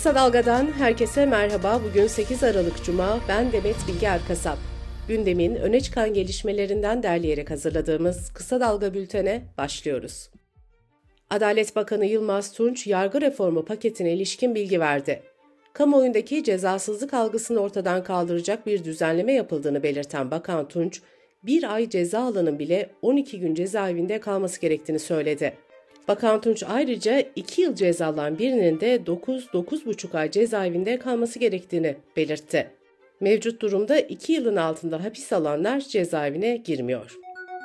Kısa Dalga'dan herkese merhaba. Bugün 8 Aralık Cuma. Ben Demet Bilge Erkasap. Gündemin öne çıkan gelişmelerinden derleyerek hazırladığımız Kısa Dalga bültene başlıyoruz. Adalet Bakanı Yılmaz Tunç, yargı reformu paketine ilişkin bilgi verdi. Kamuoyundaki cezasızlık algısını ortadan kaldıracak bir düzenleme yapıldığını belirten Bakan Tunç, bir ay ceza alanın bile 12 gün cezaevinde kalması gerektiğini söyledi. Bakan Tunç ayrıca 2 yıl ceza alan birinin de 9-9,5 ay cezaevinde kalması gerektiğini belirtti. Mevcut durumda 2 yılın altında hapis alanlar cezaevine girmiyor.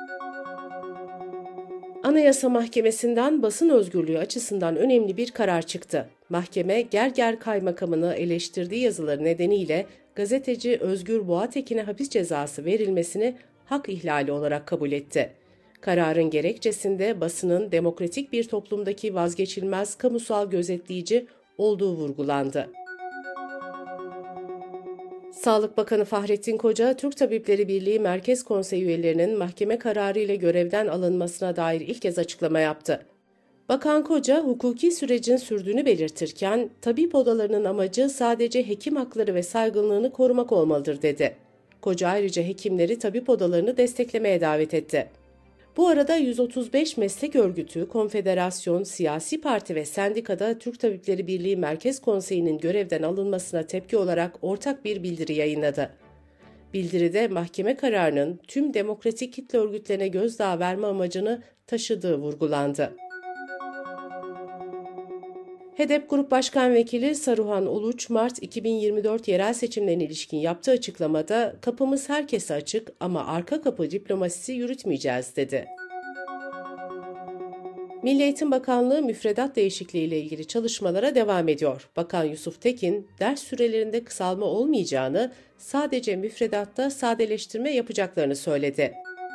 Anayasa Mahkemesi'nden basın özgürlüğü açısından önemli bir karar çıktı. Mahkeme, Gerger Kaymakamı'nı eleştirdiği yazıları nedeniyle gazeteci Özgür Boğatekin'e hapis cezası verilmesini hak ihlali olarak kabul etti. Kararın gerekçesinde basının demokratik bir toplumdaki vazgeçilmez kamusal gözetleyici olduğu vurgulandı. Sağlık Bakanı Fahrettin Koca, Türk Tabipleri Birliği Merkez Konseyi üyelerinin mahkeme kararı ile görevden alınmasına dair ilk kez açıklama yaptı. Bakan Koca, hukuki sürecin sürdüğünü belirtirken, tabip odalarının amacı sadece hekim hakları ve saygınlığını korumak olmalıdır dedi. Koca ayrıca hekimleri tabip odalarını desteklemeye davet etti. Bu arada 135 meslek örgütü, konfederasyon, siyasi parti ve sendikada Türk Tabipleri Birliği Merkez Konseyi'nin görevden alınmasına tepki olarak ortak bir bildiri yayınladı. Bildiride mahkeme kararının tüm demokratik kitle örgütlerine gözdağı verme amacını taşıdığı vurgulandı. HDP Grup Başkan Vekili Saruhan Uluç, Mart 2024 yerel seçimlerine ilişkin yaptığı açıklamada "Kapımız herkese açık ama arka kapı diplomasisi yürütmeyeceğiz" dedi. Milli Eğitim Bakanlığı müfredat değişikliği ile ilgili çalışmalara devam ediyor. Bakan Yusuf Tekin, ders sürelerinde kısalma olmayacağını, sadece müfredatta sadeleştirme yapacaklarını söyledi.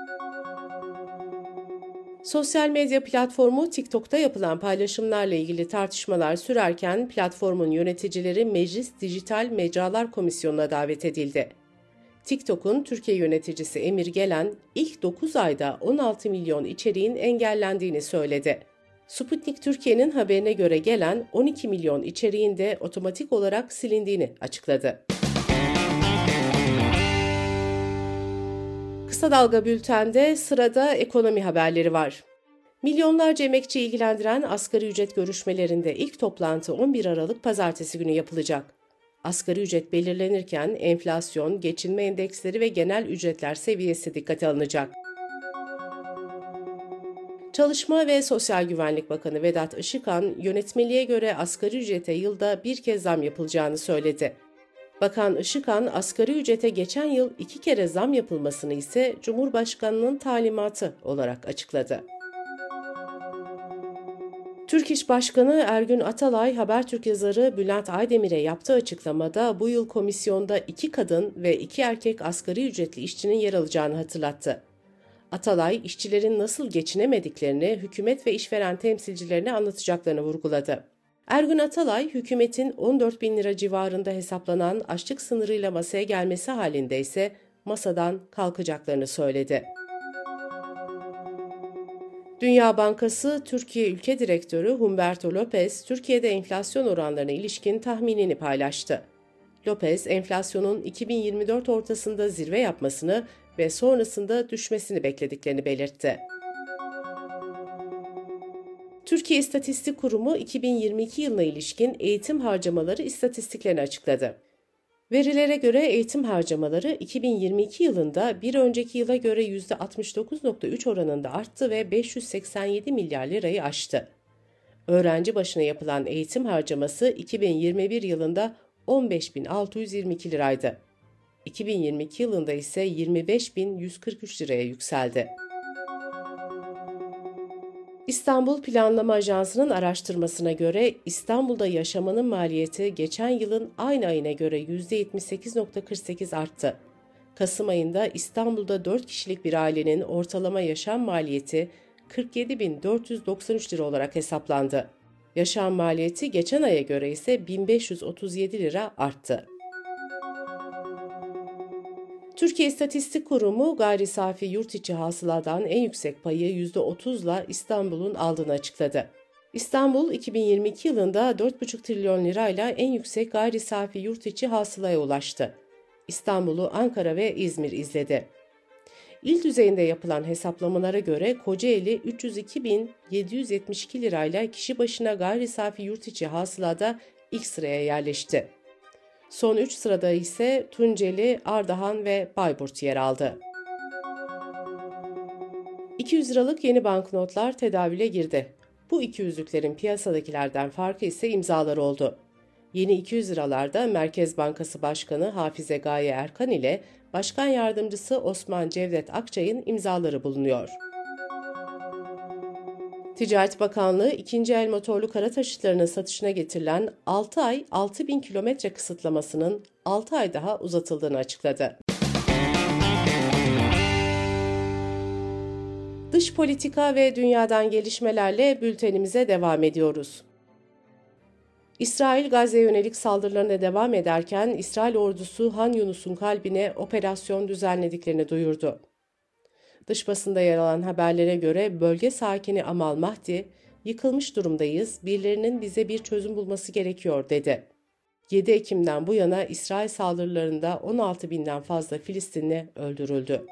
Sosyal medya platformu TikTok'ta yapılan paylaşımlarla ilgili tartışmalar sürerken platformun yöneticileri Meclis Dijital Mecralar Komisyonu'na davet edildi. TikTok'un Türkiye yöneticisi Emir Gelen, ilk 9 ayda 16 milyon içeriğin engellendiğini söyledi. Sputnik Türkiye'nin haberine göre Gelen, 12 milyon içeriğin de otomatik olarak silindiğini açıkladı. Kısa Dalga bültende sırada ekonomi haberleri var. Milyonlarca emekçi ilgilendiren asgari ücret görüşmelerinde ilk toplantı 11 Aralık Pazartesi günü yapılacak. Asgari ücret belirlenirken enflasyon, geçinme endeksleri ve genel ücretler seviyesi dikkate alınacak. Çalışma ve Sosyal Güvenlik Bakanı Vedat Işıkhan, yönetmeliğe göre asgari ücrete yılda bir kez zam yapılacağını söyledi. Bakan Işıkhan, asgari ücrete geçen yıl 2 kere zam yapılmasını ise Cumhurbaşkanı'nın talimatı olarak açıkladı. Türk İş Başkanı Ergün Atalay, Habertürk yazarı Bülent Aydemir'e yaptığı açıklamada bu yıl komisyonda 2 kadın ve 2 erkek asgari ücretli işçinin yer alacağını hatırlattı. Atalay, işçilerin nasıl geçinemediklerini hükümet ve işveren temsilcilerine anlatacaklarını vurguladı. Ergün Atalay, hükümetin 14 bin lira civarında hesaplanan açlık sınırıyla masaya gelmesi halinde ise masadan kalkacaklarını söyledi. Dünya Bankası Türkiye Ülke Direktörü Humberto López, Türkiye'de enflasyon oranlarına ilişkin tahminini paylaştı. López, enflasyonun 2024 ortasında zirve yapmasını ve sonrasında düşmesini beklediklerini belirtti. Türkiye İstatistik Kurumu 2022 yılına ilişkin eğitim harcamaları istatistiklerini açıkladı. Verilere göre eğitim harcamaları 2022 yılında bir önceki yıla göre %69,3 oranında arttı ve 587 milyar lirayı aştı. Öğrenci başına yapılan eğitim harcaması 2021 yılında 15.622 liraydı. 2022 yılında ise 25.143 liraya yükseldi. İstanbul Planlama Ajansı'nın araştırmasına göre İstanbul'da yaşamanın maliyeti geçen yılın aynı ayına göre %78,48 arttı. Kasım ayında İstanbul'da 4 kişilik bir ailenin ortalama yaşam maliyeti 47.493 lira olarak hesaplandı. Yaşam maliyeti geçen aya göre ise 1.537 lira arttı. Türkiye İstatistik Kurumu gayri safi yurt içi hasıladan en yüksek payı %30'la İstanbul'un aldığını açıkladı. İstanbul 2022 yılında 4,5 trilyon lirayla en yüksek gayri safi yurt içi hasılaya ulaştı. İstanbul'u Ankara ve İzmir izledi. İl düzeyinde yapılan hesaplamalara göre Kocaeli 302.772 lirayla kişi başına gayri safi yurt içi hasılada ilk sıraya yerleşti. Son 3 sırada ise Tunceli, Ardahan ve Bayburt yer aldı. 200 liralık yeni banknotlar tedavüle girdi. Bu 200'lüklerin piyasadakilerden farkı ise imzalar oldu. Yeni 200 liralarda Merkez Bankası Başkanı Hafize Gaye Erkan ile Başkan Yardımcısı Osman Cevdet Akçay'ın imzaları bulunuyor. Ticaret Bakanlığı ikinci el motorlu kara taşıtlarının satışına getirilen 6 ay 6.000 kilometre kısıtlamasının 6 ay daha uzatıldığını açıkladı. Dış politika ve dünyadan gelişmelerle bültenimize devam ediyoruz. İsrail Gazze'ye yönelik saldırılarına devam ederken İsrail ordusu Han Yunus'un kalbine operasyon düzenlediklerini duyurdu. Dış basında yer alan haberlere göre bölge sakini Amal Mahdi, "Yıkılmış durumdayız, birilerinin bize bir çözüm bulması gerekiyor," dedi. 7 Ekim'den bu yana İsrail saldırılarında 16.000'den fazla Filistinli öldürüldü.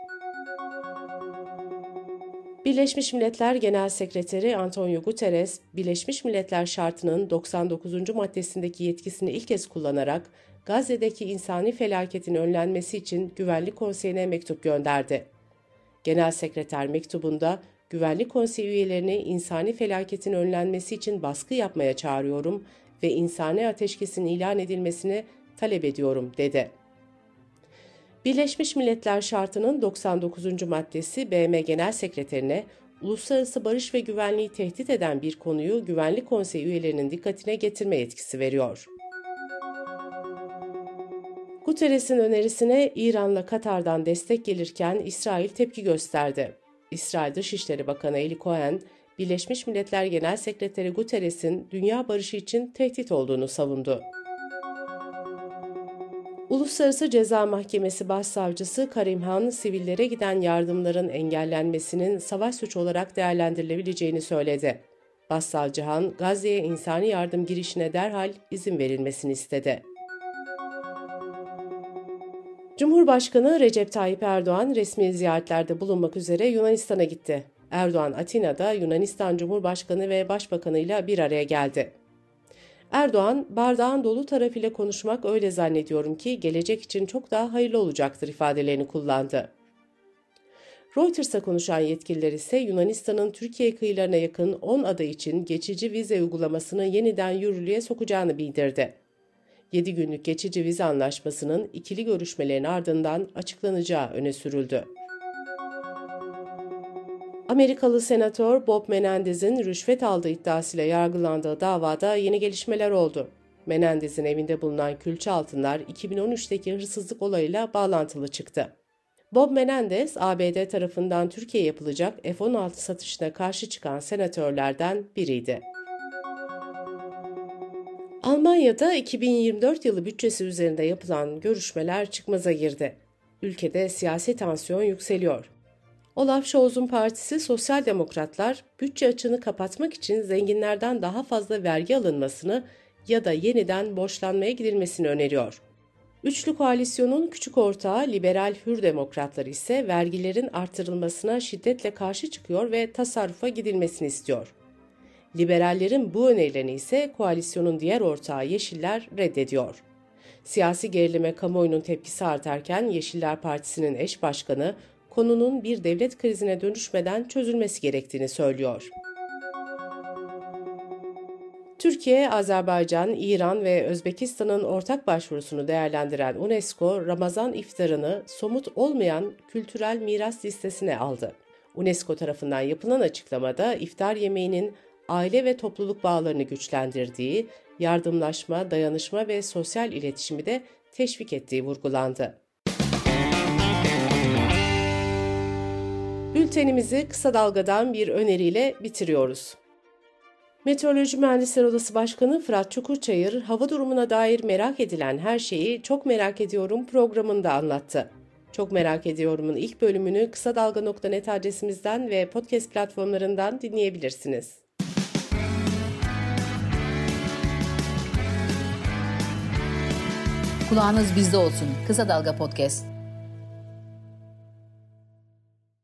Birleşmiş Milletler Genel Sekreteri Antonio Guterres, Birleşmiş Milletler Şartı'nın 99. maddesindeki yetkisini ilk kez kullanarak Gazze'deki insani felaketin önlenmesi için Güvenlik Konseyi'ne mektup gönderdi. Genel Sekreter mektubunda, Güvenlik Konseyi üyelerini insani felaketin önlenmesi için baskı yapmaya çağırıyorum ve insani ateşkesin ilan edilmesini talep ediyorum, dedi. Birleşmiş Milletler Şartı'nın 99. maddesi BM Genel Sekreterine, uluslararası barış ve güvenliği tehdit eden bir konuyu Güvenlik Konseyi üyelerinin dikkatine getirme yetkisi veriyor. Guterres'in önerisine İran'la Katar'dan destek gelirken İsrail tepki gösterdi. İsrail Dışişleri Bakanı Eli Cohen, Birleşmiş Milletler Genel Sekreteri Guterres'in dünya barışı için tehdit olduğunu savundu. Uluslararası Ceza Mahkemesi Başsavcısı Karim Han, sivillere giden yardımların engellenmesinin savaş suçu olarak değerlendirilebileceğini söyledi. Başsavcı Han, Gazze'ye insani yardım girişine derhal izin verilmesini istedi. Cumhurbaşkanı Recep Tayyip Erdoğan resmi ziyaretlerde bulunmak üzere Yunanistan'a gitti. Erdoğan, Atina'da Yunanistan Cumhurbaşkanı ve Başbakanı ile bir araya geldi. Erdoğan, bardağın dolu tarafıyla konuşmak öyle zannediyorum ki gelecek için çok daha hayırlı olacaktır ifadelerini kullandı. Reuters'a konuşan yetkililer ise Yunanistan'ın Türkiye kıyılarına yakın 10 ada için geçici vize uygulamasını yeniden yürürlüğe sokacağını bildirdi. 7 günlük geçici vize anlaşmasının ikili görüşmelerin ardından açıklanacağı öne sürüldü. Amerikalı senatör Bob Menendez'in rüşvet aldığı iddiasıyla yargılandığı davada yeni gelişmeler oldu. Menendez'in evinde bulunan külçe altınlar 2013'teki hırsızlık olayıyla bağlantılı çıktı. Bob Menendez, ABD tarafından Türkiye'ye yapılacak F-16 satışına karşı çıkan senatörlerden biriydi. Almanya'da 2024 yılı bütçesi üzerinde yapılan görüşmeler çıkmaza girdi. Ülkede siyasi tansiyon yükseliyor. Olaf Scholz'un partisi Sosyal Demokratlar, bütçe açığını kapatmak için zenginlerden daha fazla vergi alınmasını ya da yeniden borçlanmaya gidilmesini öneriyor. Üçlü koalisyonun küçük ortağı Liberal Hür Demokratlar ise vergilerin artırılmasına şiddetle karşı çıkıyor ve tasarrufa gidilmesini istiyor. Liberallerin bu önerilerini ise koalisyonun diğer ortağı Yeşiller reddediyor. Siyasi gerilime kamuoyunun tepkisi artarken Yeşiller Partisi'nin eş başkanı, konunun bir devlet krizine dönüşmeden çözülmesi gerektiğini söylüyor. Türkiye, Azerbaycan, İran ve Özbekistan'ın ortak başvurusunu değerlendiren UNESCO, Ramazan iftarını somut olmayan kültürel miras listesine aldı. UNESCO tarafından yapılan açıklamada iftar yemeğinin aile ve topluluk bağlarını güçlendirdiği, yardımlaşma, dayanışma ve sosyal iletişimi de teşvik ettiği vurgulandı. Bültenimizi kısa dalgadan bir öneriyle bitiriyoruz. Meteoroloji Mühendisleri Odası Başkanı Fırat Çukurçayır, hava durumuna dair merak edilen her şeyi Çok Merak Ediyorum programında anlattı. Çok Merak Ediyorum'un ilk bölümünü kısadalga.net adresimizden ve podcast platformlarından dinleyebilirsiniz. Kulağınız bizde olsun. Kısa Dalga Podcast.